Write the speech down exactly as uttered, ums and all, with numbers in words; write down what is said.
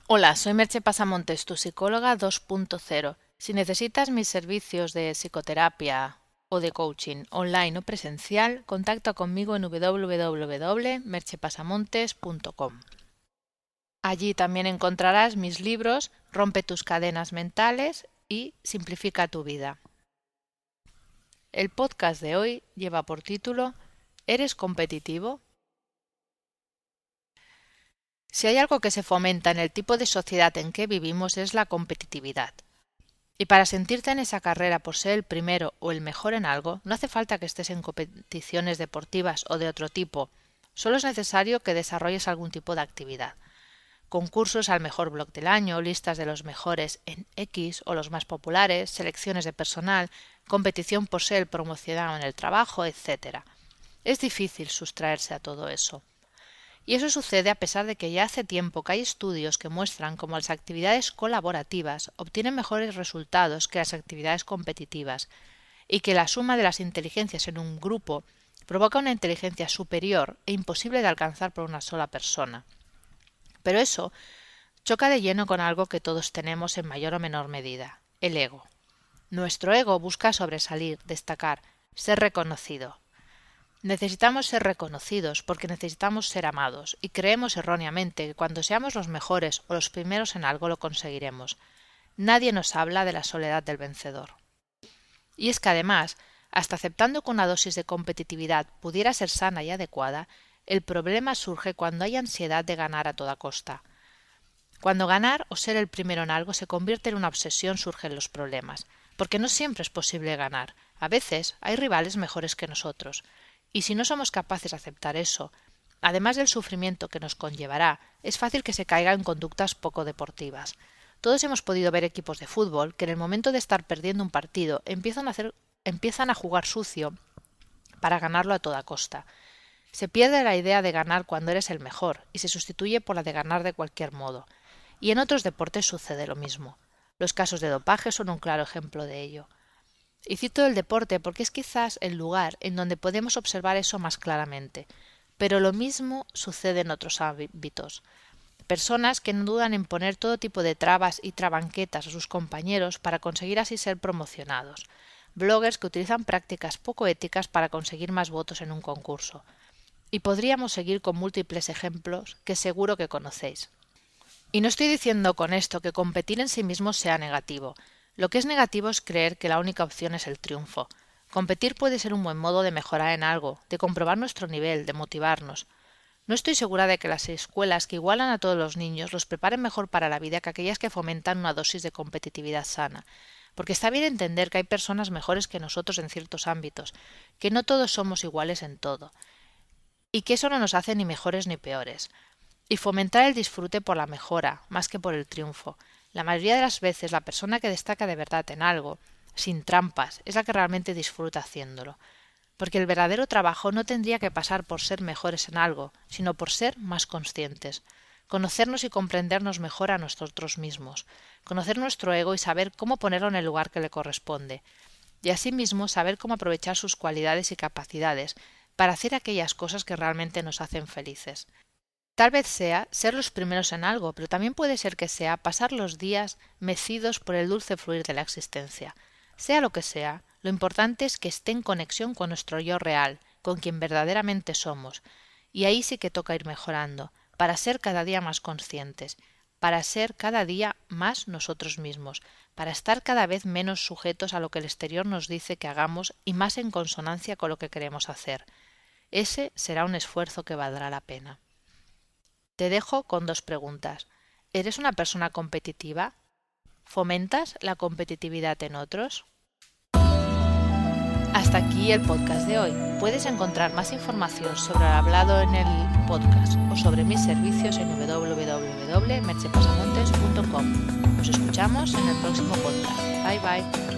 Hola, soy Merche Pasamontes, tu psicóloga dos punto cero. Si necesitas mis servicios de psicoterapia o de coaching online o presencial, contacta conmigo en w w w punto merche pasamontes punto com. Allí también encontrarás mis libros Rompe tus cadenas mentales y Simplifica tu vida. El podcast de hoy lleva por título ¿Eres competitivo? Si hay algo que se fomenta en el tipo de sociedad en que vivimos es la competitividad. Y para sentirte en esa carrera por ser el primero o el mejor en algo, no hace falta que estés en competiciones deportivas o de otro tipo, solo es necesario que desarrolles algún tipo de actividad. Concursos al mejor blog del año, listas de los mejores en X o los más populares, selecciones de personal, competición por ser el promocionado en el trabajo, etcétera. Es difícil sustraerse a todo eso. Y eso sucede a pesar de que ya hace tiempo que hay estudios que muestran cómo las actividades colaborativas obtienen mejores resultados que las actividades competitivas y que la suma de las inteligencias en un grupo provoca una inteligencia superior e imposible de alcanzar por una sola persona. Pero eso choca de lleno con algo que todos tenemos en mayor o menor medida, el ego. Nuestro ego busca sobresalir, destacar, ser reconocido. Necesitamos ser reconocidos porque necesitamos ser amados y creemos erróneamente que cuando seamos los mejores o los primeros en algo lo conseguiremos. Nadie nos habla de la soledad del vencedor. Y es que además, hasta aceptando que una dosis de competitividad pudiera ser sana y adecuada, el problema surge cuando hay ansiedad de ganar a toda costa. Cuando ganar o ser el primero en algo se convierte en una obsesión surgen los problemas, porque no siempre es posible ganar. A veces hay rivales mejores que nosotros. Y si no somos capaces de aceptar eso, además del sufrimiento que nos conllevará, es fácil que se caiga en conductas poco deportivas. Todos hemos podido ver equipos de fútbol que en el momento de estar perdiendo un partido empiezan a, hacer, empiezan a jugar sucio para ganarlo a toda costa. Se pierde la idea de ganar cuando eres el mejor y se sustituye por la de ganar de cualquier modo. Y en otros deportes sucede lo mismo. Los casos de dopaje son un claro ejemplo de ello. Y cito el deporte porque es quizás el lugar en donde podemos observar eso más claramente, pero lo mismo sucede en otros ámbitos. Personas que no dudan en poner todo tipo de trabas y trabanquetas a sus compañeros para conseguir así ser promocionados. Bloggers que utilizan prácticas poco éticas para conseguir más votos en un concurso. Y podríamos seguir con múltiples ejemplos que seguro que conocéis. Y no estoy diciendo con esto que competir en sí mismo sea negativo. Lo que es negativo es creer que la única opción es el triunfo. Competir puede ser un buen modo de mejorar en algo, de comprobar nuestro nivel, de motivarnos. No estoy segura de que las escuelas que igualan a todos los niños los preparen mejor para la vida que aquellas que fomentan una dosis de competitividad sana. Porque está bien entender que hay personas mejores que nosotros en ciertos ámbitos, que no todos somos iguales en todo, y que eso no nos hace ni mejores ni peores. Y fomentar el disfrute por la mejora, más que por el triunfo. La mayoría de las veces la persona que destaca de verdad en algo, sin trampas, es la que realmente disfruta haciéndolo. Porque el verdadero trabajo no tendría que pasar por ser mejores en algo, sino por ser más conscientes. Conocernos y comprendernos mejor a nosotros mismos. Conocer nuestro ego y saber cómo ponerlo en el lugar que le corresponde. Y asimismo saber cómo aprovechar sus cualidades y capacidades para hacer aquellas cosas que realmente nos hacen felices. Tal vez sea ser los primeros en algo, pero también puede ser que sea pasar los días mecidos por el dulce fluir de la existencia. Sea lo que sea, lo importante es que esté en conexión con nuestro yo real, con quien verdaderamente somos, y ahí sí que toca ir mejorando, para ser cada día más conscientes, para ser cada día más nosotros mismos, para estar cada vez menos sujetos a lo que el exterior nos dice que hagamos y más en consonancia con lo que queremos hacer. Ese será un esfuerzo que valdrá la pena. Te dejo con dos preguntas. ¿Eres una persona competitiva? ¿Fomentas la competitividad en otros? Hasta aquí el podcast de hoy. Puedes encontrar más información sobre el hablado en el podcast o sobre mis servicios en w w w punto merche pasamontes punto com. Nos escuchamos en el próximo podcast. Bye bye.